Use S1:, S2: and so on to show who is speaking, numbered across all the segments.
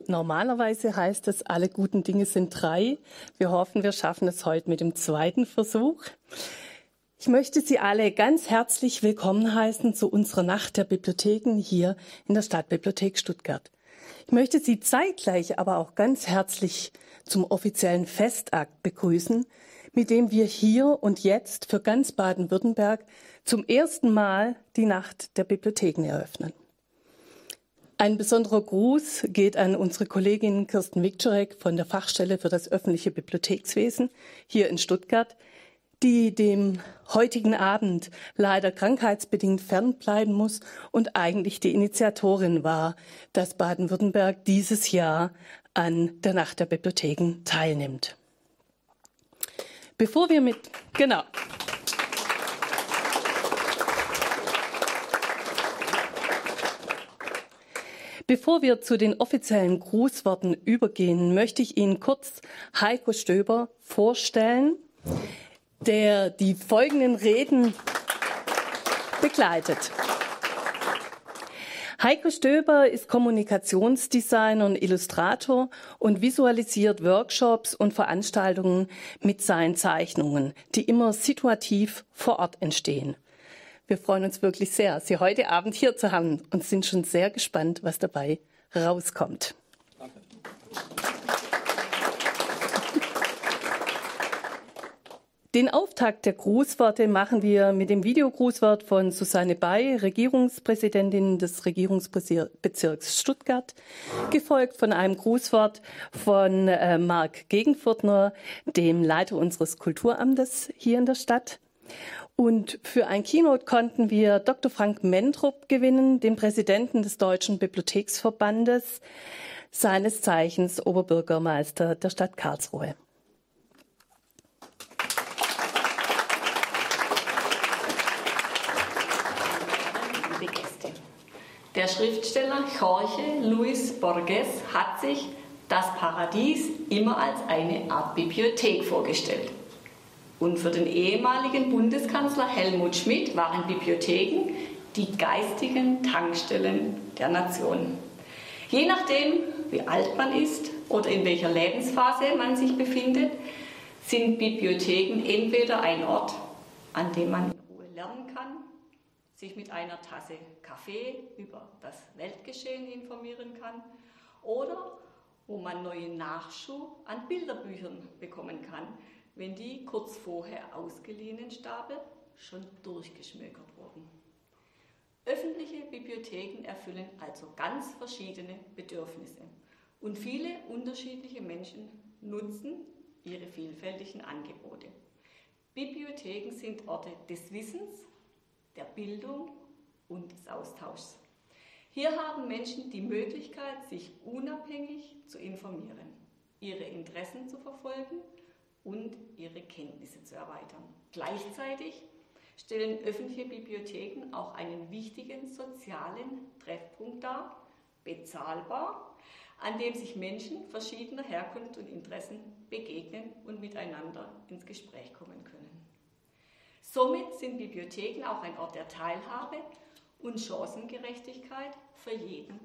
S1: Normalerweise heißt es, alle guten Dinge sind drei. Wir hoffen, wir schaffen es heute mit dem zweiten Versuch. Ich möchte Sie alle ganz herzlich willkommen heißen zu unserer Nacht der Bibliotheken hier in der Stadtbibliothek Stuttgart. Ich möchte Sie zeitgleich aber auch ganz herzlich zum offiziellen Festakt begrüßen, mit dem wir hier und jetzt für ganz Baden-Württemberg zum ersten Mal die Nacht der Bibliotheken eröffnen. Ein besonderer Gruß geht an unsere Kollegin Kirsten Wikczorek von der Fachstelle für das öffentliche Bibliothekswesen hier in Stuttgart, die dem heutigen Abend leider krankheitsbedingt fernbleiben muss und eigentlich die Initiatorin war, dass Baden-Württemberg dieses Jahr an der Nacht der Bibliotheken teilnimmt. Bevor wir zu den offiziellen Grußworten übergehen, möchte ich Ihnen kurz Heiko Stöber vorstellen, der die folgenden Reden begleitet. Heiko Stöber ist Kommunikationsdesigner und Illustrator und visualisiert Workshops und Veranstaltungen mit seinen Zeichnungen, die immer situativ vor Ort entstehen. Wir freuen uns wirklich sehr, Sie heute Abend hier zu haben und sind schon sehr gespannt, was dabei rauskommt. Danke. Den Auftakt der Grußworte machen wir mit dem Videogrußwort von Susanne Bay, Regierungspräsidentin des Regierungsbezirks Stuttgart, gefolgt von einem Grußwort von Marc Gegenfurtner, dem Leiter unseres Kulturamtes hier in der Stadt. Und für ein Keynote konnten wir Dr. Frank Mentrup gewinnen, den Präsidenten des Deutschen Bibliotheksverbandes, seines Zeichens Oberbürgermeister der Stadt Karlsruhe.
S2: Liebe Gäste, der Schriftsteller Jorge Luis Borges hat sich das Paradies immer als eine Art Bibliothek vorgestellt. Und für den ehemaligen Bundeskanzler Helmut Schmidt waren Bibliotheken die geistigen Tankstellen der Nation. Je nachdem, wie alt man ist oder in welcher Lebensphase man sich befindet, sind Bibliotheken entweder ein Ort, an dem man in Ruhe lernen kann, sich mit einer Tasse Kaffee über das Weltgeschehen informieren kann oder wo man neuen Nachschub an Bilderbüchern bekommen kann, wenn die kurz vorher ausgeliehenen Stapel schon durchgeschmökert wurden. Öffentliche Bibliotheken erfüllen also ganz verschiedene Bedürfnisse und viele unterschiedliche Menschen nutzen ihre vielfältigen Angebote. Bibliotheken sind Orte des Wissens, der Bildung und des Austauschs. Hier haben Menschen die Möglichkeit, sich unabhängig zu informieren, ihre Interessen zu verfolgen und ihre Kenntnisse zu erweitern. Gleichzeitig stellen öffentliche Bibliotheken auch einen wichtigen sozialen Treffpunkt dar, bezahlbar, an dem sich Menschen verschiedener Herkunft und Interessen begegnen und miteinander ins Gespräch kommen können. Somit sind Bibliotheken auch ein Ort der Teilhabe und Chancengerechtigkeit für jeden.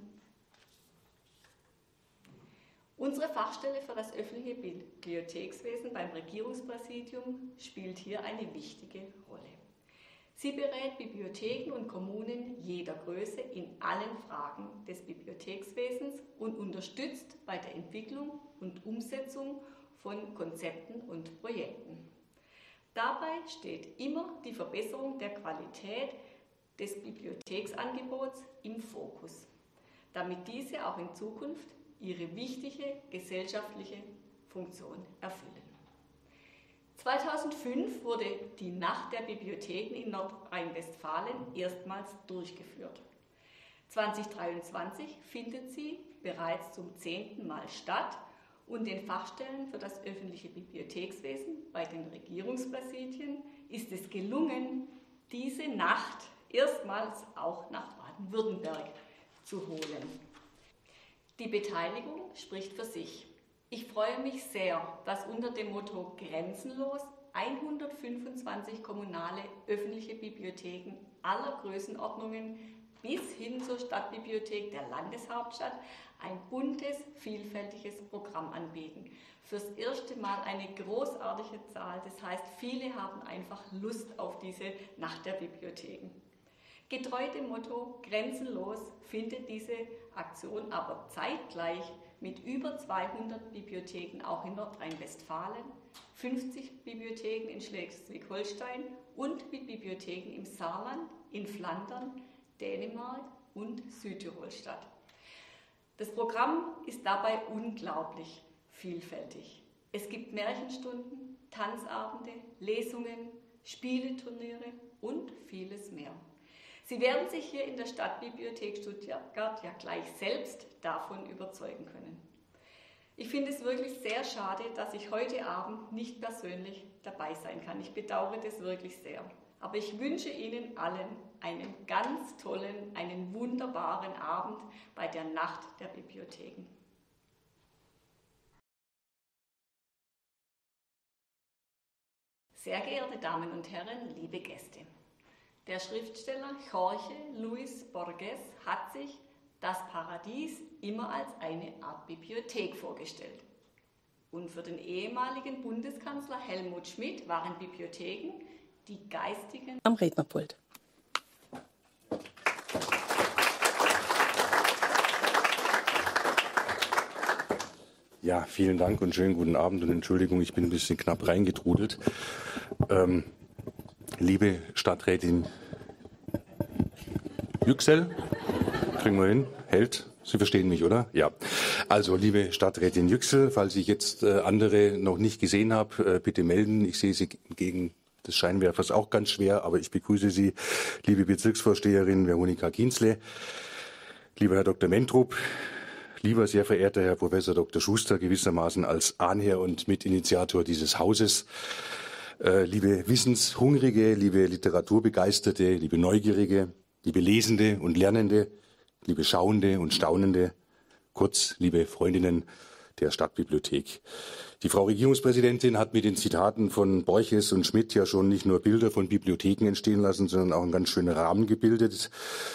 S2: Unsere Fachstelle für das öffentliche Bibliothekswesen beim Regierungspräsidium spielt hier eine wichtige Rolle. Sie berät Bibliotheken und Kommunen jeder Größe in allen Fragen des Bibliothekswesens und unterstützt bei der Entwicklung und Umsetzung von Konzepten und Projekten. Dabei steht immer die Verbesserung der Qualität des Bibliotheksangebots im Fokus, damit diese auch in Zukunft ihre wichtige gesellschaftliche Funktion erfüllen. 2005 wurde die Nacht der Bibliotheken in Nordrhein-Westfalen erstmals durchgeführt. 2023 findet sie bereits zum 10. Mal statt und den Fachstellen für das öffentliche Bibliothekswesen bei den Regierungspräsidien ist es gelungen, diese Nacht erstmals auch nach Baden-Württemberg zu holen. Die Beteiligung spricht für sich. Ich freue mich sehr, dass unter dem Motto Grenzenlos 125 kommunale öffentliche Bibliotheken aller Größenordnungen bis hin zur Stadtbibliothek der Landeshauptstadt ein buntes, vielfältiges Programm anbieten. Fürs erste Mal eine großartige Zahl, das heißt, viele haben einfach Lust auf diese Nacht der Bibliotheken. Getreu dem Motto grenzenlos findet diese Aktion aber zeitgleich mit über 200 Bibliotheken auch in Nordrhein-Westfalen, 50 Bibliotheken in Schleswig-Holstein und mit Bibliotheken im Saarland, in Flandern, Dänemark und Südtirol statt. Das Programm ist dabei unglaublich vielfältig. Es gibt Märchenstunden, Tanzabende, Lesungen, Spieleturniere und vieles mehr. Sie werden sich hier in der Stadtbibliothek Stuttgart ja gleich selbst davon überzeugen können. Ich finde es wirklich sehr schade, dass ich heute Abend nicht persönlich dabei sein kann. Ich bedauere das wirklich sehr. Aber ich wünsche Ihnen allen einen ganz tollen, einen wunderbaren Abend bei der Nacht der Bibliotheken. Sehr geehrte Damen und Herren, liebe Gäste, der Schriftsteller Jorge Luis Borges hat sich das Paradies immer als eine Art Bibliothek vorgestellt. Und für den ehemaligen Bundeskanzler Helmut Schmidt waren Bibliotheken die geistigen
S1: am Rednerpult.
S3: Ja, vielen Dank und schönen guten Abend und Entschuldigung, ich bin ein bisschen knapp reingetrudelt. Liebe Stadträtin Yüksel, kriegen wir hin, hält, Sie verstehen mich, oder? Ja. Also, liebe Stadträtin Yüksel, falls ich jetzt andere noch nicht gesehen habe, bitte melden. Ich sehe Sie gegen des Scheinwerfers auch ganz schwer, aber ich begrüße Sie, liebe Bezirksvorsteherin Veronika Kienzle, lieber Herr Dr. Mentrup, lieber sehr verehrter Herr Professor Dr. Schuster, gewissermaßen als Ahnherr und Mitinitiator dieses Hauses, liebe Wissenshungrige, liebe Literaturbegeisterte, liebe Neugierige, liebe Lesende und Lernende, liebe Schauende und Staunende, kurz, liebe Freundinnen der Stadtbibliothek. Die Frau Regierungspräsidentin hat mit den Zitaten von Borges und Schmidt ja schon nicht nur Bilder von Bibliotheken entstehen lassen, sondern auch einen ganz schönen Rahmen gebildet.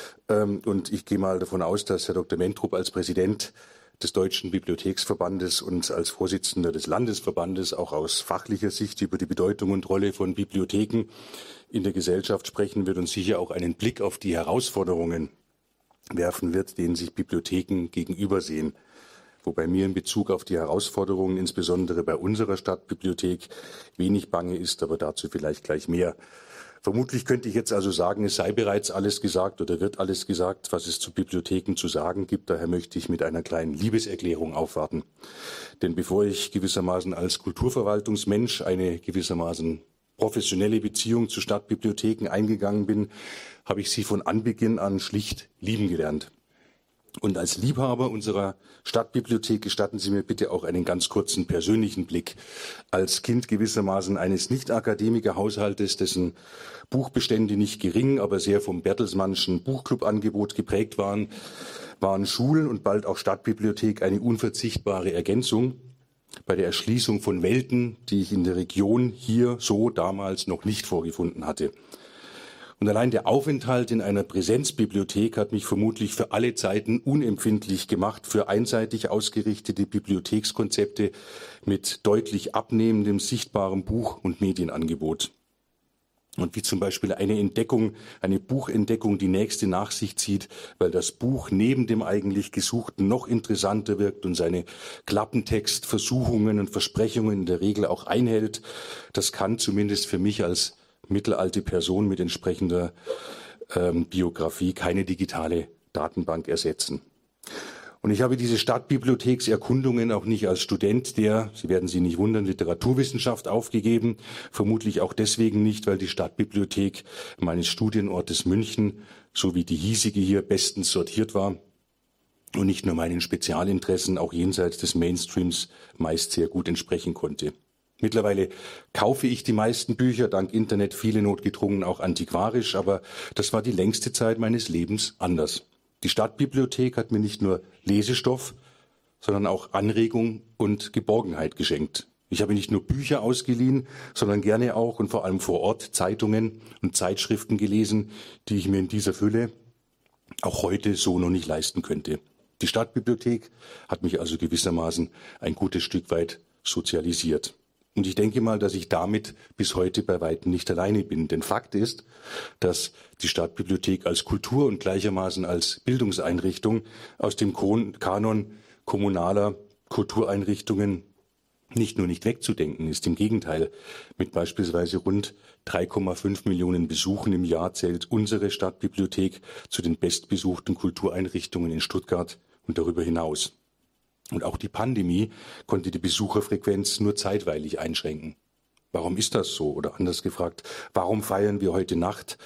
S3: Und ich gehe mal davon aus, dass Herr Dr. Mentrup als Präsident des Deutschen Bibliotheksverbandes und als Vorsitzender des Landesverbandes auch aus fachlicher Sicht über die Bedeutung und Rolle von Bibliotheken in der Gesellschaft sprechen wird und sicher auch einen Blick auf die Herausforderungen werfen wird, denen sich Bibliotheken gegenübersehen. Wobei mir in Bezug auf die Herausforderungen, insbesondere bei unserer Stadtbibliothek, wenig bange ist, aber dazu vielleicht gleich mehr. Vermutlich könnte ich jetzt also sagen, es sei bereits alles gesagt oder wird alles gesagt, was es zu Bibliotheken zu sagen gibt. Daher möchte ich mit einer kleinen Liebeserklärung aufwarten. Denn bevor ich gewissermaßen als Kulturverwaltungsmensch eine gewissermaßen professionelle Beziehung zu Stadtbibliotheken eingegangen bin, habe ich sie von Anbeginn an schlicht lieben gelernt. Und als Liebhaber unserer Stadtbibliothek gestatten Sie mir bitte auch einen ganz kurzen persönlichen Blick. Als Kind gewissermaßen eines Nicht-Akademiker-Haushaltes, dessen Buchbestände nicht gering, aber sehr vom Bertelsmannschen Buchclub-Angebot geprägt waren Schulen und bald auch Stadtbibliothek eine unverzichtbare Ergänzung bei der Erschließung von Welten, die ich in der Region hier so damals noch nicht vorgefunden hatte. Und allein der Aufenthalt in einer Präsenzbibliothek hat mich vermutlich für alle Zeiten unempfindlich gemacht für einseitig ausgerichtete Bibliothekskonzepte mit deutlich abnehmendem sichtbarem Buch- und Medienangebot. Und wie zum Beispiel eine Buchentdeckung die nächste nach sich zieht, weil das Buch neben dem eigentlich Gesuchten noch interessanter wirkt und seine Klappentextversuchungen und Versprechungen in der Regel auch einhält. Das kann zumindest für mich als mittelalte Person mit entsprechender Biografie keine digitale Datenbank ersetzen. Und ich habe diese Stadtbibliothekserkundungen auch nicht als Student der, Sie werden sich nicht wundern, Literaturwissenschaft aufgegeben. Vermutlich auch deswegen nicht, weil die Stadtbibliothek meines Studienortes München, so wie die hiesige hier, bestens sortiert war und nicht nur meinen Spezialinteressen auch jenseits des Mainstreams meist sehr gut entsprechen konnte. Mittlerweile kaufe ich die meisten Bücher, dank Internet viele notgedrungen auch antiquarisch, aber das war die längste Zeit meines Lebens anders. Die Stadtbibliothek hat mir nicht nur Lesestoff, sondern auch Anregung und Geborgenheit geschenkt. Ich habe nicht nur Bücher ausgeliehen, sondern gerne auch und vor allem vor Ort Zeitungen und Zeitschriften gelesen, die ich mir in dieser Fülle auch heute so noch nicht leisten könnte. Die Stadtbibliothek hat mich also gewissermaßen ein gutes Stück weit sozialisiert. Und ich denke mal, dass ich damit bis heute bei weitem nicht alleine bin. Denn Fakt ist, dass die Stadtbibliothek als Kultur- und gleichermaßen als Bildungseinrichtung aus dem Kanon kommunaler Kultureinrichtungen nicht nur nicht wegzudenken ist. Im Gegenteil, mit beispielsweise rund 3,5 Millionen Besuchen im Jahr zählt unsere Stadtbibliothek zu den bestbesuchten Kultureinrichtungen in Stuttgart und darüber hinaus. Und auch die Pandemie konnte die Besucherfrequenz nur zeitweilig einschränken. Warum ist das so? Oder anders gefragt, warum feiern wir heute Nacht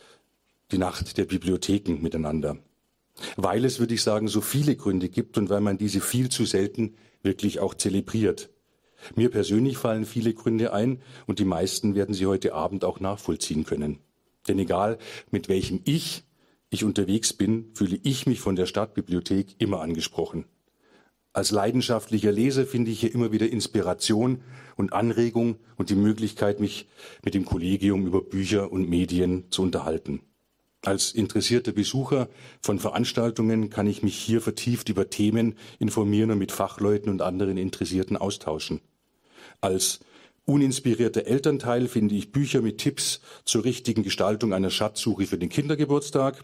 S3: die Nacht der Bibliotheken miteinander? Weil es, würde ich sagen, so viele Gründe gibt und weil man diese viel zu selten wirklich auch zelebriert. Mir persönlich fallen viele Gründe ein und die meisten werden Sie heute Abend auch nachvollziehen können. Denn egal mit welchem Ich unterwegs bin, fühle ich mich von der Stadtbibliothek immer angesprochen. Als leidenschaftlicher Leser finde ich hier immer wieder Inspiration und Anregung und die Möglichkeit, mich mit dem Kollegium über Bücher und Medien zu unterhalten. Als interessierter Besucher von Veranstaltungen kann ich mich hier vertieft über Themen informieren und mit Fachleuten und anderen Interessierten austauschen. Als uninspirierter Elternteil finde ich Bücher mit Tipps zur richtigen Gestaltung einer Schatzsuche für den Kindergeburtstag.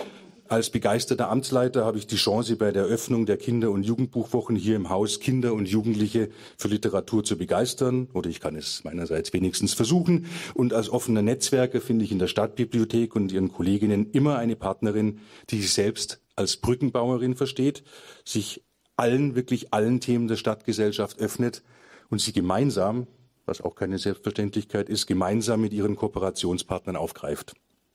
S3: Als begeisterter Amtsleiter habe ich die Chance, bei der Eröffnung der Kinder- und Jugendbuchwochen hier im Haus Kinder und Jugendliche für Literatur zu begeistern. Oder ich kann es meinerseits wenigstens versuchen. Und als offener Netzwerker finde ich in der Stadtbibliothek und ihren Kolleginnen immer eine Partnerin, die sich selbst als Brückenbauerin versteht, sich wirklich allen Themen der Stadtgesellschaft öffnet und sie gemeinsam, was auch keine Selbstverständlichkeit ist, gemeinsam mit ihren Kooperationspartnern aufgreift.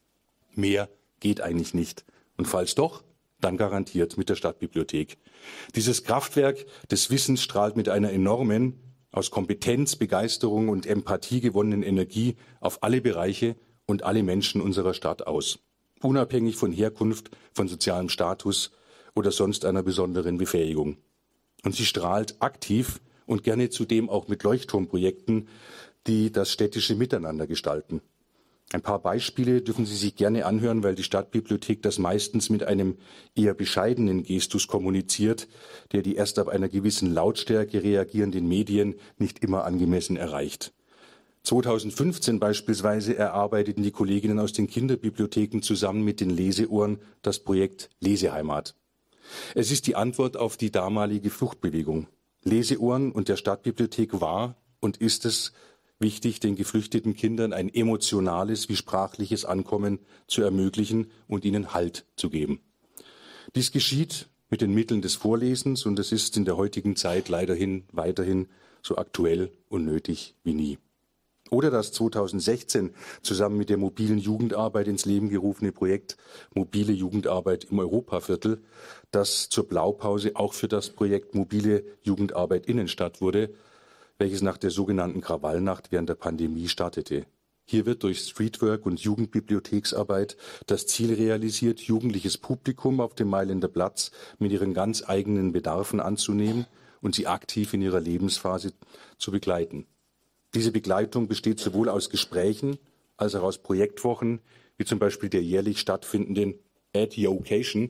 S3: Mehr geht eigentlich nicht. Und falls doch, dann garantiert mit der Stadtbibliothek. Dieses Kraftwerk des Wissens strahlt mit einer enormen, aus Kompetenz, Begeisterung und Empathie gewonnenen Energie auf alle Bereiche und alle Menschen unserer Stadt aus. Unabhängig von Herkunft, von sozialem Status oder sonst einer besonderen Befähigung. Und sie strahlt aktiv und gerne zudem auch mit Leuchtturmprojekten, die das städtische Miteinander gestalten. Ein paar Beispiele dürfen Sie sich gerne anhören, weil die Stadtbibliothek das meistens mit einem eher bescheidenen Gestus kommuniziert, der die erst ab einer gewissen Lautstärke reagierenden Medien nicht immer angemessen erreicht. 2015 beispielsweise erarbeiteten die Kolleginnen aus den Kinderbibliotheken zusammen mit den Leseohren das Projekt Leseheimat. Es ist die Antwort auf die damalige Fluchtbewegung. Leseohren und der Stadtbibliothek war und ist es wichtig, den geflüchteten Kindern ein emotionales wie sprachliches Ankommen zu ermöglichen und ihnen Halt zu geben. Dies geschieht mit den Mitteln des Vorlesens und es ist in der heutigen Zeit leider weiterhin so aktuell und nötig wie nie. Oder das 2016 zusammen mit der mobilen Jugendarbeit ins Leben gerufene Projekt Mobile Jugendarbeit im Europaviertel, das zur Blaupause auch für das Projekt Mobile Jugendarbeit Innenstadt wurde, welches nach der sogenannten Krawallnacht während der Pandemie startete. Hier wird durch Streetwork und Jugendbibliotheksarbeit das Ziel realisiert, jugendliches Publikum auf dem Mailänder Platz mit ihren ganz eigenen Bedarfen anzunehmen und sie aktiv in ihrer Lebensphase zu begleiten. Diese Begleitung besteht sowohl aus Gesprächen als auch aus Projektwochen, wie zum Beispiel der jährlich stattfindenden At Your Occasion,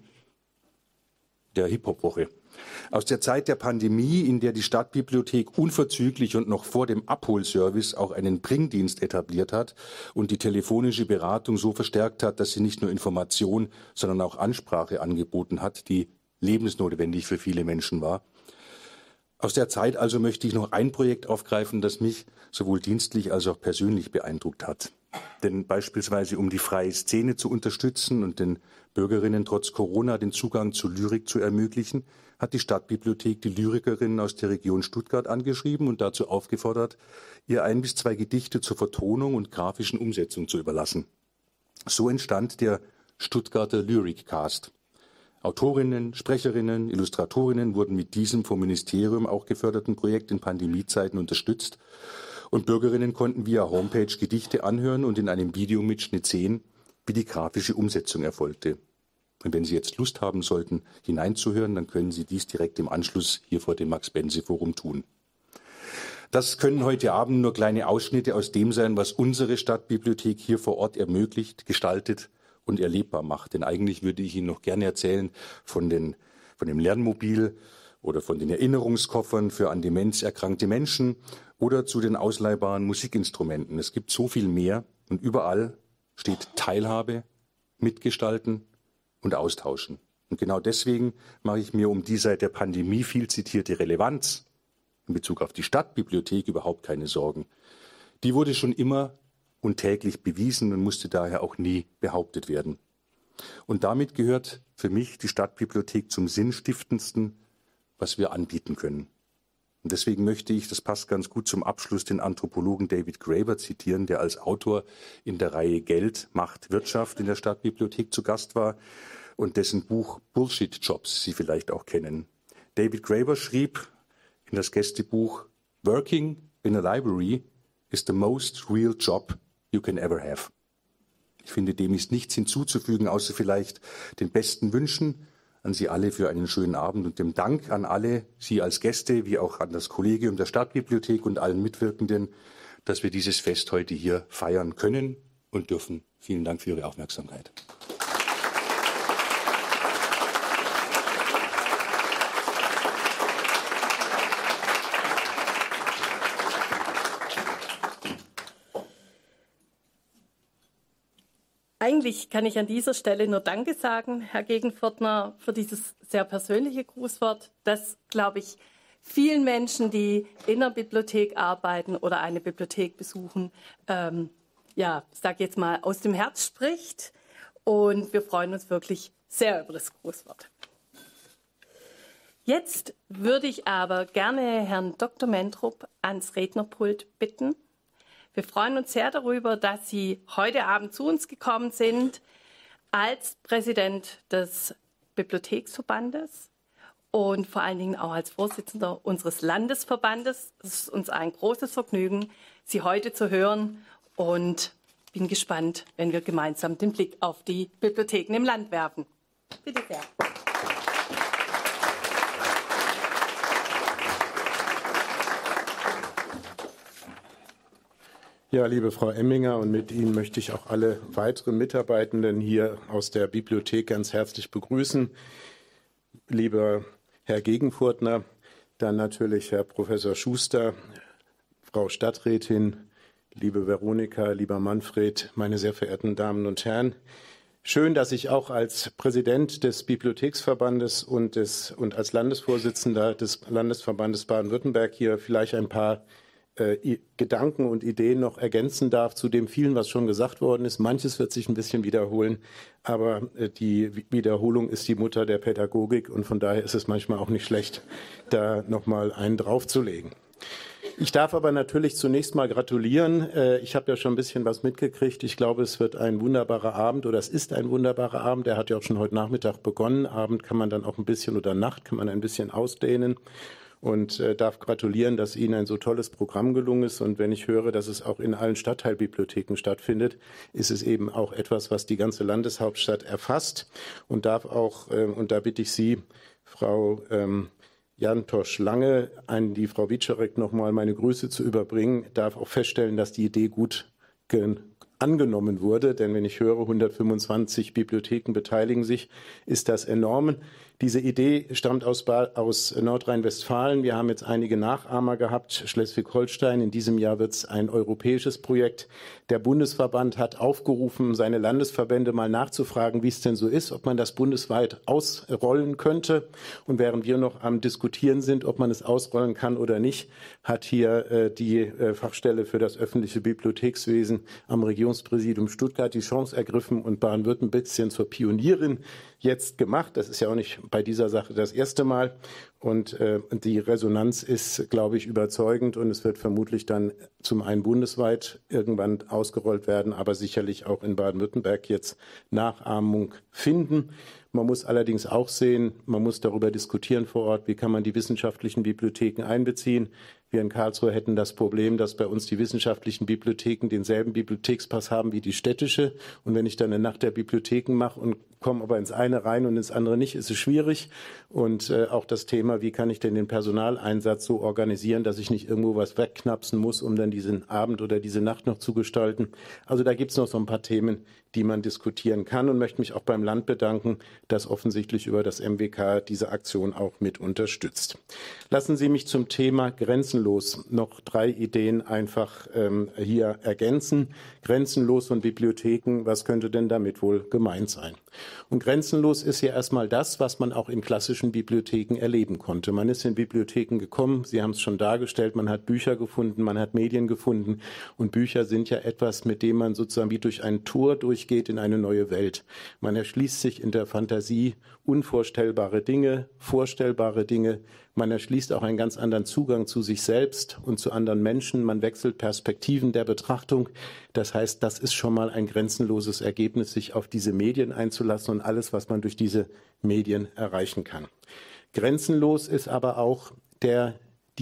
S3: der Hip-Hop-Woche. Aus der Zeit der Pandemie, in der die Stadtbibliothek unverzüglich und noch vor dem Abholservice auch einen Bringdienst etabliert hat und die telefonische Beratung so verstärkt hat, dass sie nicht nur Information, sondern auch Ansprache angeboten hat, die lebensnotwendig für viele Menschen war. Aus der Zeit also möchte ich noch ein Projekt aufgreifen, das mich sowohl dienstlich als auch persönlich beeindruckt hat. Denn beispielsweise, um die freie Szene zu unterstützen und den Bürgerinnen trotz Corona den Zugang zu Lyrik zu ermöglichen, hat die Stadtbibliothek die Lyrikerinnen aus der Region Stuttgart angeschrieben und dazu aufgefordert, ihr 1 bis 2 Gedichte zur Vertonung und grafischen Umsetzung zu überlassen. So entstand der Stuttgarter Lyriccast. Autorinnen, Sprecherinnen, Illustratorinnen wurden mit diesem vom Ministerium auch geförderten Projekt in Pandemiezeiten unterstützt und Bürgerinnen konnten via Homepage Gedichte anhören und in einem Videomitschnitt sehen, wie die grafische Umsetzung erfolgte. Und wenn Sie jetzt Lust haben sollten, hineinzuhören, dann können Sie dies direkt im Anschluss hier vor dem Max-Bense-Forum tun. Das können heute Abend nur kleine Ausschnitte aus dem sein, was unsere Stadtbibliothek hier vor Ort ermöglicht, gestaltet und erlebbar macht. Denn eigentlich würde ich Ihnen noch gerne erzählen von dem Lernmobil oder von den Erinnerungskoffern für an Demenz erkrankte Menschen oder zu den ausleihbaren Musikinstrumenten. Es gibt so viel mehr und überall steht Teilhabe, Mitgestalten und Austauschen. Und genau deswegen mache ich mir um die seit der Pandemie viel zitierte Relevanz in Bezug auf die Stadtbibliothek überhaupt keine Sorgen. Die wurde schon immer und täglich bewiesen und musste daher auch nie behauptet werden. Und damit gehört für mich die Stadtbibliothek zum sinnstiftendsten, was wir anbieten können. Und deswegen möchte ich, das passt ganz gut zum Abschluss, den Anthropologen David Graeber zitieren, der als Autor in der Reihe Geld, Macht, Wirtschaft in der Stadtbibliothek zu Gast war und dessen Buch Bullshit Jobs Sie vielleicht auch kennen. David Graeber schrieb in das Gästebuch, "Working in a library is the most real job you can ever have." Ich finde, dem ist nichts hinzuzufügen, außer vielleicht den besten Wünschen an Sie alle für einen schönen Abend und dem Dank an alle, Sie als Gäste, wie auch an das Kollegium der Stadtbibliothek und allen Mitwirkenden, dass wir dieses Fest heute hier feiern können und dürfen. Vielen Dank für Ihre Aufmerksamkeit.
S1: Eigentlich kann ich an dieser Stelle nur Danke sagen, Herr Gegenpförtner, für dieses sehr persönliche Grußwort, das, glaube ich, vielen Menschen, die in einer Bibliothek arbeiten oder eine Bibliothek besuchen, ich sage jetzt mal, aus dem Herz spricht. Und wir freuen uns wirklich sehr über das Grußwort. Jetzt würde ich aber gerne Herrn Dr. Mentrup ans Rednerpult bitten. Wir freuen uns sehr darüber, dass Sie heute Abend zu uns gekommen sind als Präsident des Bibliotheksverbandes und vor allen Dingen auch als Vorsitzender unseres Landesverbandes. Es ist uns ein großes Vergnügen, Sie heute zu hören und bin gespannt, wenn wir gemeinsam den Blick auf die Bibliotheken im Land werfen. Bitte sehr.
S4: Ja, liebe Frau Emminger, und mit Ihnen möchte ich auch alle weiteren Mitarbeitenden hier aus der Bibliothek ganz herzlich begrüßen. Lieber Herr Gegenpförtner, dann natürlich Herr Professor Schuster, Frau Stadträtin, liebe Veronika, lieber Manfred, meine sehr verehrten Damen und Herren. Schön, dass ich auch als Präsident des Bibliotheksverbandes und als Landesvorsitzender des Landesverbandes Baden-Württemberg hier vielleicht ein paar Gedanken und Ideen noch ergänzen darf zu dem vielen, was schon gesagt worden ist. Manches wird sich ein bisschen wiederholen, aber die Wiederholung ist die Mutter der Pädagogik und von daher ist es manchmal auch nicht schlecht, da nochmal einen draufzulegen. Ich darf aber natürlich zunächst mal gratulieren. Ich habe ja schon ein bisschen was mitgekriegt. Ich glaube, es wird ein wunderbarer Abend oder es ist ein wunderbarer Abend. Der hat ja auch schon heute Nachmittag begonnen. Abend kann man dann auch ein bisschen oder Nacht kann man ein bisschen ausdehnen. Und darf gratulieren, dass Ihnen ein so tolles Programm gelungen ist. Und wenn ich höre, dass es auch in allen Stadtteilbibliotheken stattfindet, ist es eben auch etwas, was die ganze Landeshauptstadt erfasst. Und darf auch, und da bitte ich Sie, Frau Jantosch-Lange, an die Frau Wiczorek nochmal meine Grüße zu überbringen, darf auch feststellen, dass die Idee gut angenommen wurde. Denn wenn ich höre, 125 Bibliotheken beteiligen sich, ist das enorm. Diese Idee stammt aus Nordrhein-Westfalen. Wir haben jetzt einige Nachahmer gehabt, Schleswig-Holstein. In diesem Jahr wird es ein europäisches Projekt. Der Bundesverband hat aufgerufen, seine Landesverbände mal nachzufragen, wie es denn so ist, ob man das bundesweit ausrollen könnte. Und während wir noch am Diskutieren sind, ob man es ausrollen kann oder nicht, hat hier die Fachstelle für das öffentliche Bibliothekswesen am Regionspräsidium Stuttgart die Chance ergriffen und Baden-Württemberg ein bisschen zur Pionierin jetzt gemacht. Das ist ja auch nicht bei dieser Sache das erste Mal. Und die Resonanz ist, glaube ich, überzeugend. Und es wird vermutlich dann zum einen bundesweit irgendwann ausgerollt werden, aber sicherlich auch in Baden-Württemberg jetzt Nachahmung finden. Man muss allerdings auch sehen, man muss darüber diskutieren vor Ort, wie kann man die wissenschaftlichen Bibliotheken einbeziehen. Wir in Karlsruhe hätten das Problem, dass bei uns die wissenschaftlichen Bibliotheken denselben Bibliothekspass haben wie die städtische. Und wenn ich dann eine Nacht der Bibliotheken mache und komme aber ins eine rein und ins andere nicht, ist es schwierig. Und auch das Thema, wie kann ich denn den Personaleinsatz so organisieren, dass ich nicht irgendwo was wegknapsen muss, um dann diesen Abend oder diese Nacht noch zu gestalten. Also da gibt es noch so ein paar Themen, die man diskutieren kann, und möchte mich auch beim Land bedanken, das offensichtlich über das MWK diese Aktion auch mit unterstützt. Lassen Sie mich zum Thema Grenzenlos noch 3 Ideen einfach hier ergänzen. Grenzenlos und Bibliotheken, was könnte denn damit wohl gemeint sein? Und grenzenlos ist ja erstmal das, was man auch in klassischen Bibliotheken erleben konnte. Man ist in Bibliotheken gekommen, Sie haben es schon dargestellt, man hat Bücher gefunden, man hat Medien gefunden, und Bücher sind ja etwas, mit dem man sozusagen wie durch ein Tor durchgeht in eine neue Welt. Man erschließt sich in der Fantasie unvorstellbare Dinge, vorstellbare Dinge. Man erschließt auch einen ganz anderen Zugang zu sich selbst und zu anderen Menschen. Man wechselt Perspektiven der Betrachtung. Das heißt, das ist schon mal ein grenzenloses Ergebnis, sich auf diese Medien einzulassen und alles, was man durch diese Medien erreichen kann. Grenzenlos ist aber auch der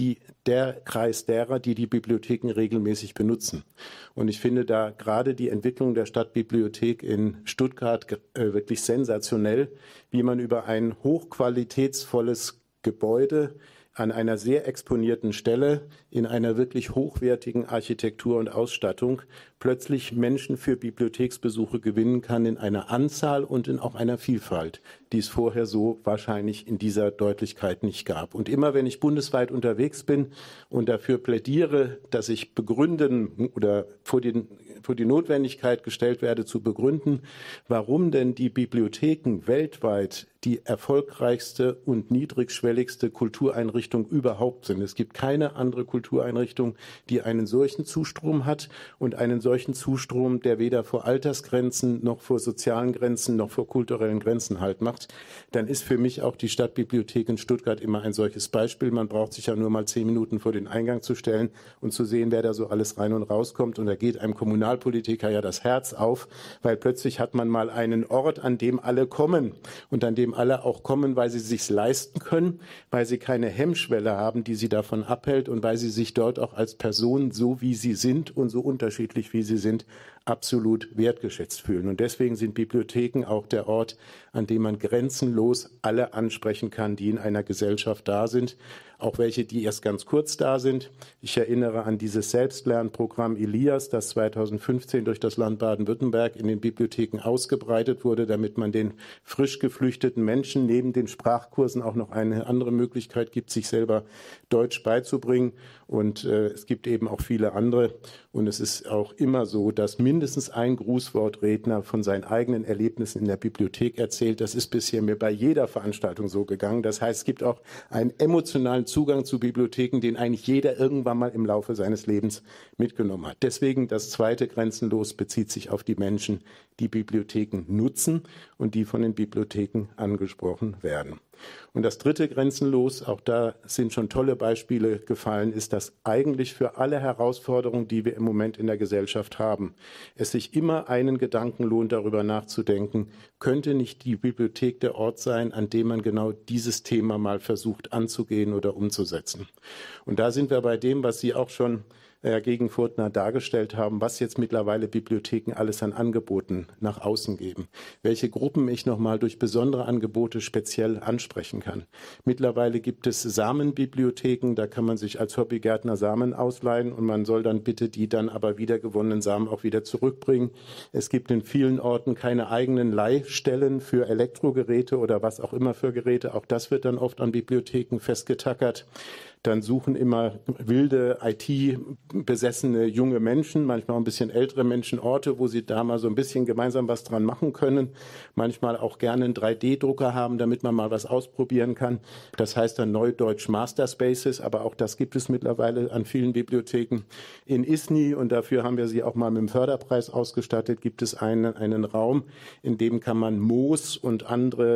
S4: Kreis derer, die die Bibliotheken regelmäßig benutzen. Und ich finde da gerade die Entwicklung der Stadtbibliothek in Stuttgart wirklich sensationell, wie man über ein hochqualitätsvolles Gebäude an einer sehr exponierten Stelle in einer wirklich hochwertigen Architektur und Ausstattung plötzlich Menschen für Bibliotheksbesuche gewinnen kann in einer Anzahl und in auch einer Vielfalt, die es vorher so wahrscheinlich in dieser Deutlichkeit nicht gab. Und immer wenn ich bundesweit unterwegs bin und dafür plädiere, dass ich begründen oder vor die Notwendigkeit gestellt werde zu begründen, warum denn die Bibliotheken weltweit die erfolgreichste und niedrigschwelligste Kultureinrichtung überhaupt sind. Es gibt keine andere Kultureinrichtung, die einen solchen Zustrom hat und einen solchen Zustrom, der weder vor Altersgrenzen noch vor sozialen Grenzen noch vor kulturellen Grenzen Halt macht. Dann ist für mich auch die Stadtbibliothek in Stuttgart immer ein solches Beispiel. Man braucht sich ja nur mal 10 Minuten vor den Eingang zu stellen und zu sehen, wer da so alles rein und rauskommt. Und da geht einem Kommunalpolitiker ja das Herz auf, weil plötzlich hat man mal einen Ort, an dem alle kommen und an dem alle auch kommen, weil sie es sich leisten können, weil sie keine Hemmschwelle haben, die sie davon abhält, und weil sie sich dort auch als Person, so wie sie sind und so unterschiedlich wie sie sind, absolut wertgeschätzt fühlen. Und deswegen sind Bibliotheken auch der Ort, an dem man grenzenlos alle ansprechen kann, die in einer Gesellschaft da sind, auch welche, die erst ganz kurz da sind. Ich erinnere an dieses Selbstlernprogramm Elias, das 2015 durch das Land Baden-Württemberg in den Bibliotheken ausgebreitet wurde, damit man den frisch geflüchteten Menschen neben den Sprachkursen auch noch eine andere Möglichkeit gibt, sich selber Deutsch beizubringen. Und es gibt eben auch viele andere. Und es ist auch immer so, dass mindestens ein Grußwortredner von seinen eigenen Erlebnissen in der Bibliothek erzählt. Das ist bisher mir bei jeder Veranstaltung so gegangen. Das heißt, es gibt auch einen emotionalen Zugang zu Bibliotheken, den eigentlich jeder irgendwann mal im Laufe seines Lebens mitgenommen hat. Deswegen das zweite Grenzenlos bezieht sich auf die Menschen, die Bibliotheken nutzen und die von den Bibliotheken angesprochen werden. Und das dritte Grenzenlos, auch da sind schon tolle Beispiele gefallen, ist, dass eigentlich für alle Herausforderungen, die wir im Moment in der Gesellschaft haben, es sich immer einen Gedanken lohnt, darüber nachzudenken, könnte nicht die Bibliothek der Ort sein, an dem man genau dieses Thema mal versucht anzugehen oder umzusetzen. Und da sind wir bei dem, was Sie auch schon Herr Gegenfurtner dargestellt haben, was jetzt mittlerweile Bibliotheken alles an Angeboten nach außen geben, welche Gruppen ich nochmal durch besondere Angebote speziell ansprechen kann. Mittlerweile gibt es Samenbibliotheken, da kann man sich als Hobbygärtner Samen ausleihen und man soll dann bitte die dann aber wiedergewonnenen Samen auch wieder zurückbringen. Es gibt in vielen Orten keine eigenen Leihstellen für Elektrogeräte oder was auch immer für Geräte. Auch das wird dann oft an Bibliotheken festgetackert. Dann suchen immer wilde IT-besessene junge Menschen, manchmal auch ein bisschen ältere Menschen, Orte, wo sie da mal so ein bisschen gemeinsam was dran machen können. Manchmal auch gerne einen 3D-Drucker haben, damit man mal was ausprobieren kann. Das heißt dann Neudeutsch Masterspaces, aber auch das gibt es mittlerweile an vielen Bibliotheken. In ISNI, und dafür haben wir sie auch mal mit dem Förderpreis ausgestattet, gibt es einen Raum, in dem kann man Moos und andere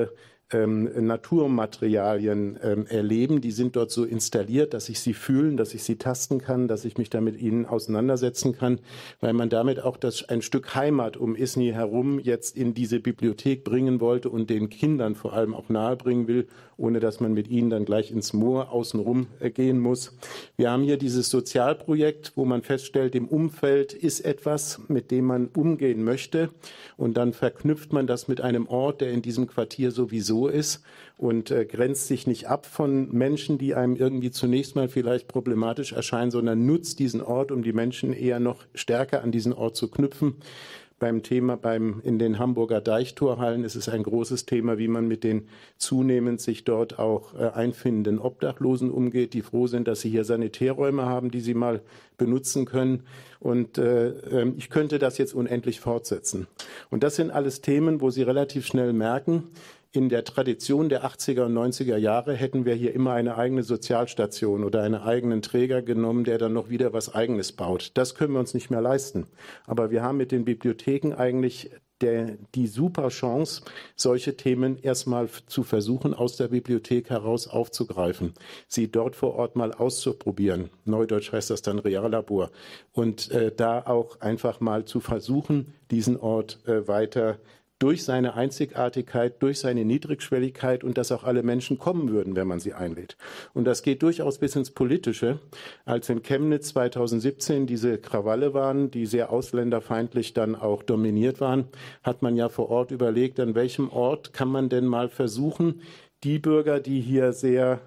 S4: Naturmaterialien erleben. Die sind dort so installiert, dass ich sie fühlen, dass ich sie tasten kann, dass ich mich damit ihnen auseinandersetzen kann, weil man damit auch ein Stück Heimat um Isny herum jetzt in diese Bibliothek bringen wollte und den Kindern vor allem auch nahebringen will, ohne dass man mit ihnen dann gleich ins Moor außenrum gehen muss. Wir haben hier dieses Sozialprojekt, wo man feststellt, im Umfeld ist etwas, mit dem man umgehen möchte, und dann verknüpft man das mit einem Ort, der in diesem Quartier sowieso ist, und grenzt sich nicht ab von Menschen, die einem irgendwie zunächst mal vielleicht problematisch erscheinen, sondern nutzt diesen Ort, um die Menschen eher noch stärker an diesen Ort zu knüpfen. Beim Thema in den Hamburger Deichtorhallen ist es ein großes Thema, wie man mit den zunehmend sich dort auch einfindenden Obdachlosen umgeht, die froh sind, dass sie hier Sanitärräume haben, die sie mal benutzen können. Und ich könnte das jetzt unendlich fortsetzen. Und das sind alles Themen, wo Sie relativ schnell merken, in der Tradition der 80er und 90er Jahre hätten wir hier immer eine eigene Sozialstation oder einen eigenen Träger genommen, der dann noch wieder was Eigenes baut. Das können wir uns nicht mehr leisten. Aber wir haben mit den Bibliotheken eigentlich die super Chance, solche Themen erstmal zu versuchen, aus der Bibliothek heraus aufzugreifen, sie dort vor Ort mal auszuprobieren. Neudeutsch heißt das dann Reallabor. Und da auch einfach mal zu versuchen, diesen Ort weiter durch seine Einzigartigkeit, durch seine Niedrigschwelligkeit, und dass auch alle Menschen kommen würden, wenn man sie einlädt. Und das geht durchaus bis ins Politische. Als in Chemnitz 2017 diese Krawalle waren, die sehr ausländerfeindlich dann auch dominiert waren, hat man ja vor Ort überlegt, an welchem Ort kann man denn mal versuchen, die Bürger, die hier sehr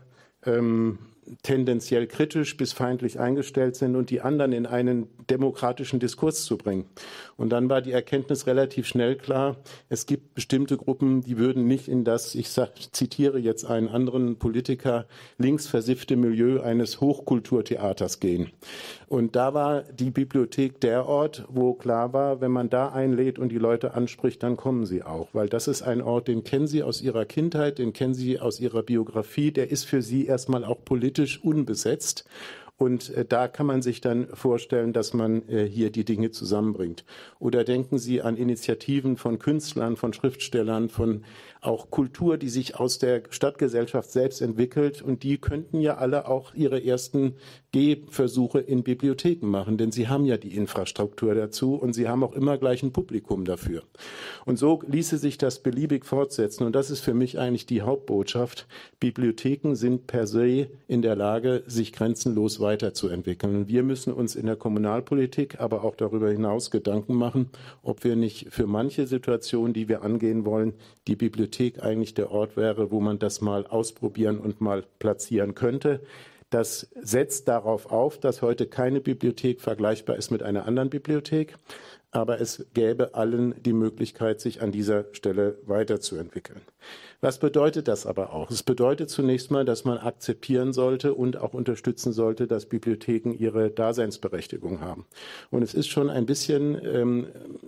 S4: tendenziell kritisch bis feindlich eingestellt sind, und die anderen in einen demokratischen Diskurs zu bringen. Und dann war die Erkenntnis relativ schnell klar, es gibt bestimmte Gruppen, die würden nicht in das, zitiere jetzt einen anderen Politiker, linksversiffte Milieu eines Hochkulturtheaters gehen. Und da war die Bibliothek der Ort, wo klar war, wenn man da einlädt und die Leute anspricht, dann kommen sie auch. Weil das ist ein Ort, den kennen sie aus ihrer Kindheit, den kennen sie aus ihrer Biografie, der ist für sie erstmal auch politisch unbesetzt. Und da kann man sich dann vorstellen, dass man hier die Dinge zusammenbringt. Oder denken Sie an Initiativen von Künstlern, von Schriftstellern, von auch Kultur, die sich aus der Stadtgesellschaft selbst entwickelt. Und die könnten ja alle auch ihre ersten Gehversuche in Bibliotheken machen, denn sie haben ja die Infrastruktur dazu und sie haben auch immer gleich ein Publikum dafür. Und so ließe sich das beliebig fortsetzen. Und das ist für mich eigentlich die Hauptbotschaft. Bibliotheken sind per se in der Lage, sich grenzenlos weiterzuentwickeln. Und wir müssen uns in der Kommunalpolitik, aber auch darüber hinaus Gedanken machen, ob wir nicht für manche Situationen, die wir angehen wollen, die Bibliothek eigentlich der Ort wäre, wo man das mal ausprobieren und mal platzieren könnte. Das setzt darauf auf, dass heute keine Bibliothek vergleichbar ist mit einer anderen Bibliothek, aber es gäbe allen die Möglichkeit, sich an dieser Stelle weiterzuentwickeln. Was bedeutet das aber auch? Es bedeutet zunächst mal, dass man akzeptieren sollte und auch unterstützen sollte, dass Bibliotheken ihre Daseinsberechtigung haben. Und es ist schon ein bisschen,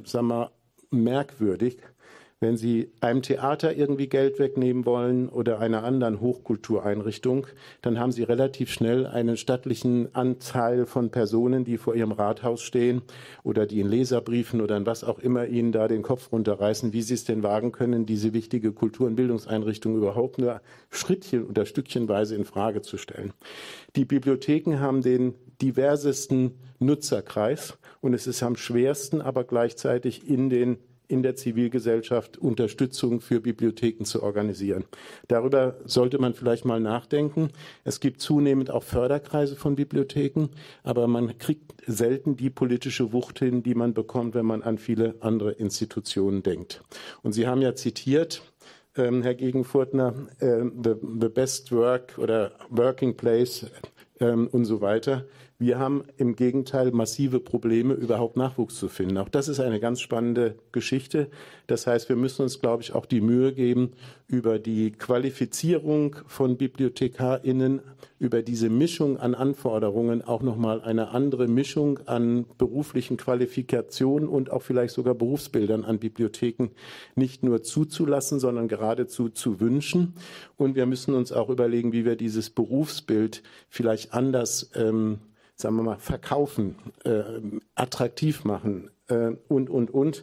S4: merkwürdig, wenn Sie einem Theater irgendwie Geld wegnehmen wollen oder einer anderen Hochkultureinrichtung, dann haben Sie relativ schnell einen stattlichen Anteil von Personen, die vor Ihrem Rathaus stehen oder die in Leserbriefen oder in was auch immer Ihnen da den Kopf runterreißen, wie Sie es denn wagen können, diese wichtige Kultur- und Bildungseinrichtung überhaupt nur Schrittchen oder Stückchenweise in Frage zu stellen. Die Bibliotheken haben den diversesten Nutzerkreis und es ist am schwersten, aber gleichzeitig in der Zivilgesellschaft Unterstützung für Bibliotheken zu organisieren. Darüber sollte man vielleicht mal nachdenken. Es gibt zunehmend auch Förderkreise von Bibliotheken, aber man kriegt selten die politische Wucht hin, die man bekommt, wenn man an viele andere Institutionen denkt. Und Sie haben ja zitiert, Herr Gegenfurtner, the best work oder working place und so weiter. Wir haben im Gegenteil massive Probleme, überhaupt Nachwuchs zu finden. Auch das ist eine ganz spannende Geschichte. Das heißt, wir müssen uns, glaube ich, auch die Mühe geben, über die Qualifizierung von BibliothekarInnen, über diese Mischung an Anforderungen auch nochmal eine andere Mischung an beruflichen Qualifikationen und auch vielleicht sogar Berufsbildern an Bibliotheken nicht nur zuzulassen, sondern geradezu zu wünschen. Und wir müssen uns auch überlegen, wie wir dieses Berufsbild vielleicht anders verkaufen, attraktiv machen und.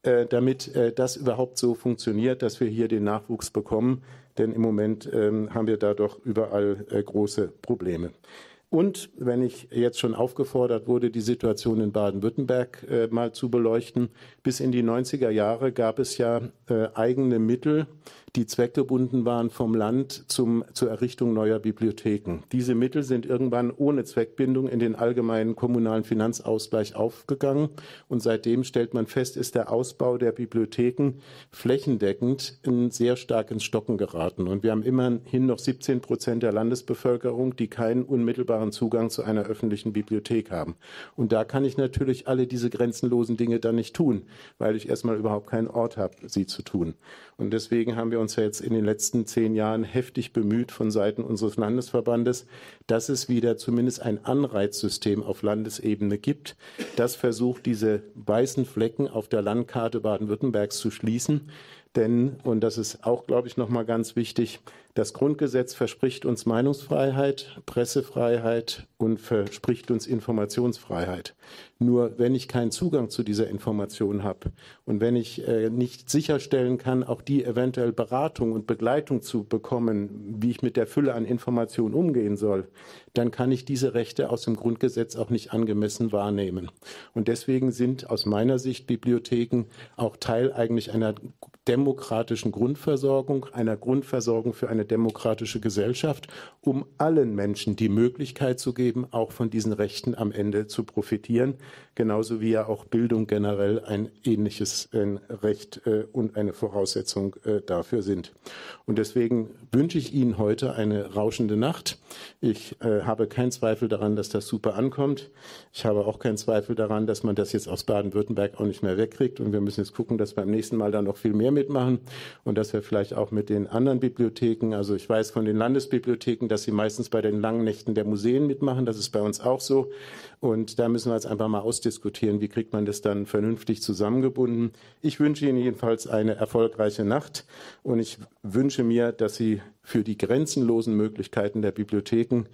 S4: damit das überhaupt so funktioniert, dass wir hier den Nachwuchs bekommen. Denn im Moment haben wir da doch überall große Probleme. Und wenn ich jetzt schon aufgefordert wurde, die Situation in Baden-Württemberg mal zu beleuchten, bis in die 90er Jahre gab es ja eigene Mittel, die zweckgebunden waren vom Land zur Errichtung neuer Bibliotheken. Diese Mittel sind irgendwann ohne Zweckbindung in den allgemeinen kommunalen Finanzausgleich aufgegangen. Und seitdem stellt man fest, ist der Ausbau der Bibliotheken flächendeckend sehr stark ins Stocken geraten. Und wir haben immerhin noch 17% der Landesbevölkerung, die keinen unmittelbaren Zugang zu einer öffentlichen Bibliothek haben. Und da kann ich natürlich alle diese grenzenlosen Dinge dann nicht tun, weil ich erstmal überhaupt keinen Ort habe, sie zu tun. Und deswegen haben wir uns ja jetzt in den letzten 10 Jahren heftig bemüht von Seiten unseres Landesverbandes, dass es wieder zumindest ein Anreizsystem auf Landesebene gibt, das versucht, diese weißen Flecken auf der Landkarte Baden-Württembergs zu schließen. Denn, und das ist auch, glaube ich, nochmal ganz wichtig, das Grundgesetz verspricht uns Meinungsfreiheit, Pressefreiheit und verspricht uns Informationsfreiheit. Nur wenn ich keinen Zugang zu dieser Information habe und wenn ich nicht sicherstellen kann, auch die eventuell Beratung und Begleitung zu bekommen, wie ich mit der Fülle an Informationen umgehen soll, dann kann ich diese Rechte aus dem Grundgesetz auch nicht angemessen wahrnehmen. Und deswegen sind aus meiner Sicht Bibliotheken auch Teil eigentlich einer demokratischen Grundversorgung, einer Grundversorgung für eine demokratische Gesellschaft, um allen Menschen die Möglichkeit zu geben, auch von diesen Rechten am Ende zu profitieren, genauso wie ja auch Bildung generell ein ähnliches Recht und eine Voraussetzung dafür sind. Und deswegen wünsche ich Ihnen heute eine rauschende Nacht. Ich habe keinen Zweifel daran, dass das super ankommt. Ich habe auch keinen Zweifel daran, dass man das jetzt aus Baden-Württemberg auch nicht mehr wegkriegt. Und wir müssen jetzt gucken, dass wir beim nächsten Mal dann noch viel mehr mitmachen und dass wir vielleicht auch mit den anderen Bibliotheken, also ich weiß von den Landesbibliotheken, dass sie meistens bei den langen Nächten der Museen mitmachen. Das ist bei uns auch so. Und da müssen wir jetzt einfach mal ausdiskutieren, wie kriegt man das dann vernünftig zusammengebunden. Ich wünsche Ihnen jedenfalls eine erfolgreiche Nacht und ich wünsche mir, dass Sie für die grenzenlosen Möglichkeiten der Bibliotheken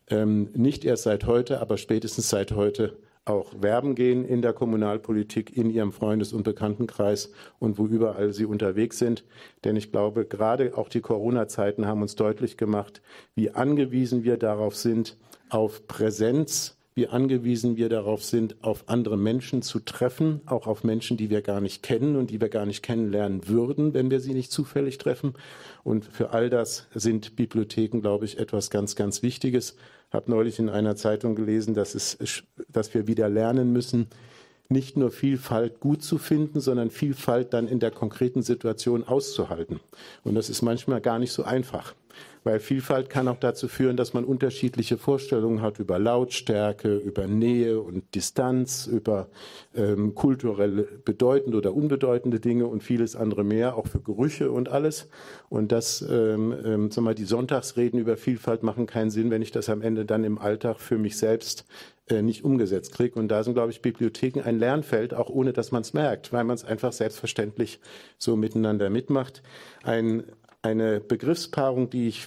S4: nicht erst seit heute, aber spätestens seit heute auch werben gehen in der Kommunalpolitik, in Ihrem Freundes- und Bekanntenkreis und wo überall Sie unterwegs sind. Denn ich glaube, gerade auch die Corona-Zeiten haben uns deutlich gemacht, wie angewiesen wir darauf sind, auf Präsenz, wie angewiesen wir darauf sind, auf andere Menschen zu treffen, auch auf Menschen, die wir gar nicht kennen und die wir gar nicht kennenlernen würden, wenn wir sie nicht zufällig treffen. Und für all das sind Bibliotheken, glaube ich, etwas ganz, ganz Wichtiges. Ich habe neulich in einer Zeitung gelesen, dass wir wieder lernen müssen, nicht nur Vielfalt gut zu finden, sondern Vielfalt dann in der konkreten Situation auszuhalten. Und das ist manchmal gar nicht so einfach. Weil Vielfalt kann auch dazu führen, dass man unterschiedliche Vorstellungen hat über Lautstärke, über Nähe und Distanz, über kulturell bedeutende oder unbedeutende Dinge und vieles andere mehr, auch für Gerüche und alles. Und die Sonntagsreden über Vielfalt machen keinen Sinn, wenn ich das am Ende dann im Alltag für mich selbst nicht umgesetzt kriege. Und da sind, glaube ich, Bibliotheken ein Lernfeld, auch ohne dass man es merkt, weil man es einfach selbstverständlich so miteinander mitmacht. Eine Begriffspaarung, wie ich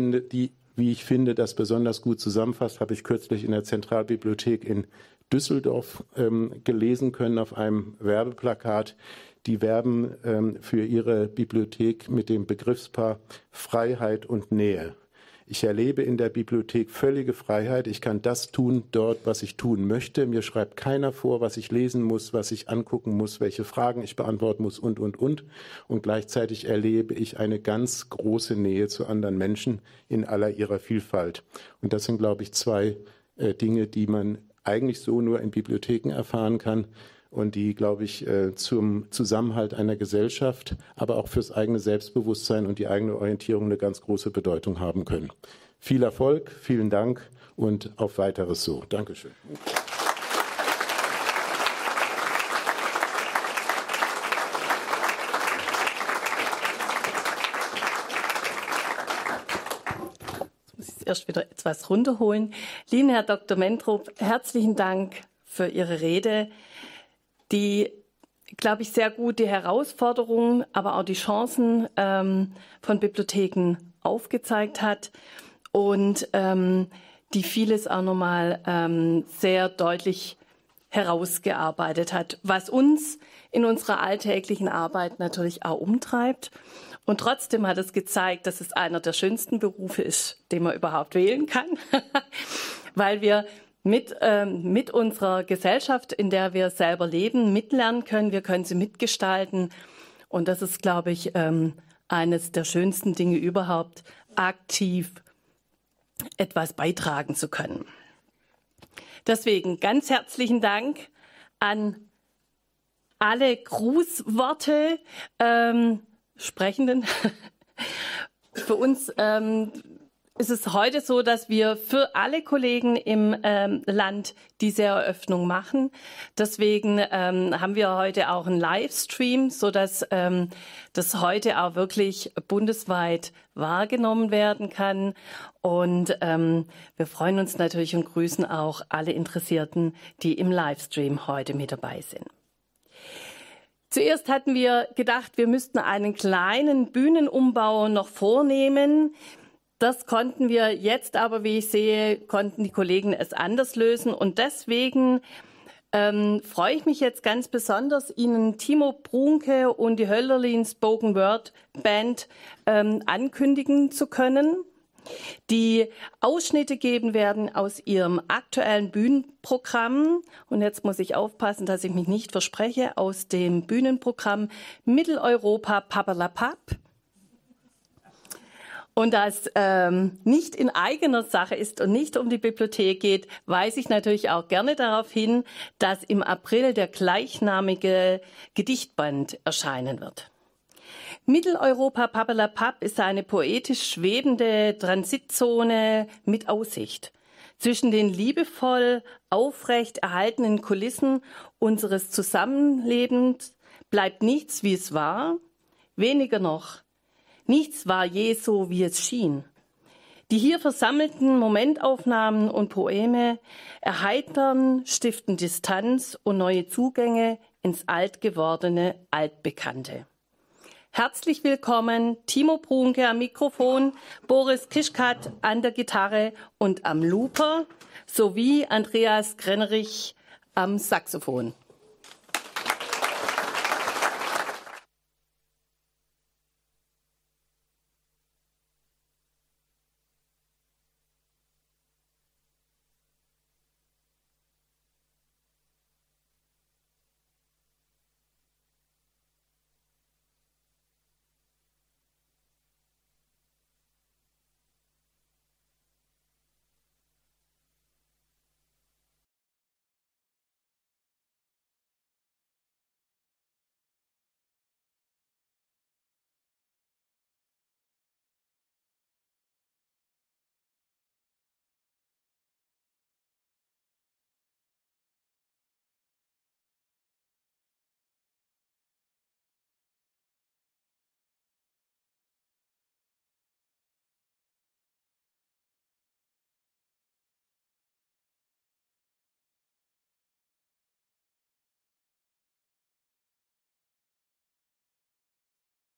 S4: finde, das besonders gut zusammenfasst, habe ich kürzlich in der Zentralbibliothek in Düsseldorf gelesen können auf einem Werbeplakat. Die werben für ihre Bibliothek mit dem Begriffspaar Freiheit und Nähe. Ich erlebe in der Bibliothek völlige Freiheit. Ich kann das tun dort, was ich tun möchte. Mir schreibt keiner vor, was ich lesen muss, was ich angucken muss, welche Fragen ich beantworten muss und. Und gleichzeitig erlebe ich eine ganz große Nähe zu anderen Menschen in aller ihrer Vielfalt. Und das sind, glaube ich, 2 Dinge, die man eigentlich so nur in Bibliotheken erfahren kann. Und die, glaube ich, zum Zusammenhalt einer Gesellschaft, aber auch fürs eigene Selbstbewusstsein und die eigene Orientierung eine ganz große Bedeutung haben können. Viel Erfolg, vielen Dank und auf weiteres so. Dankeschön.
S1: Jetzt muss ich erst wieder etwas runterholen. Lieber Herr Dr. Mentrup, herzlichen Dank für Ihre Rede, die, glaube ich, sehr gut die Herausforderungen, aber auch die Chancen von Bibliotheken aufgezeigt hat und die vieles auch nochmal sehr deutlich herausgearbeitet hat, was uns in unserer alltäglichen Arbeit natürlich auch umtreibt. Und trotzdem hat es gezeigt, dass es einer der schönsten Berufe ist, den man überhaupt wählen kann, weil wir mit unserer Gesellschaft, in der wir selber leben, mitlernen können. Wir können sie mitgestalten. Und das ist, glaube ich, eines der schönsten Dinge überhaupt, aktiv etwas beitragen zu können. Deswegen ganz herzlichen Dank an alle Grußworte Sprechenden. Für uns ist es heute so, dass wir für alle Kollegen im Land diese Eröffnung machen. Deswegen haben wir heute auch einen Livestream, sodass das heute auch wirklich bundesweit wahrgenommen werden kann. Und wir freuen uns natürlich und grüßen auch alle Interessierten, die im Livestream heute mit dabei sind. Zuerst hatten wir gedacht, wir müssten einen kleinen Bühnenumbau noch vornehmen. Das konnten wir jetzt aber, wie ich sehe, konnten die Kollegen es anders lösen. Und deswegen freue ich mich jetzt ganz besonders, Ihnen Timo Brunke und die Hölderlin Spoken Word Band ankündigen zu können, die Ausschnitte geben werden aus ihrem aktuellen Bühnenprogramm. Und jetzt muss ich aufpassen, dass ich mich nicht verspreche, aus dem Bühnenprogramm Mitteleuropa Papperlapapp. Und da es nicht in eigener Sache ist und nicht um die Bibliothek geht, weise ich natürlich auch gerne darauf hin, dass im April der gleichnamige Gedichtband erscheinen wird. Mitteleuropa Papperlapapp ist eine poetisch schwebende Transitzone mit Aussicht. Zwischen den liebevoll aufrecht erhaltenen Kulissen unseres Zusammenlebens bleibt nichts, wie es war, weniger noch. Nichts war je so, wie es schien. Die hier versammelten Momentaufnahmen und Poeme erheitern, stiften Distanz und neue Zugänge ins altgewordene Altbekannte. Herzlich willkommen, Timo Brunke am Mikrofon, Boris Kischkat an der Gitarre und am Looper sowie Andreas Grennerich am Saxophon.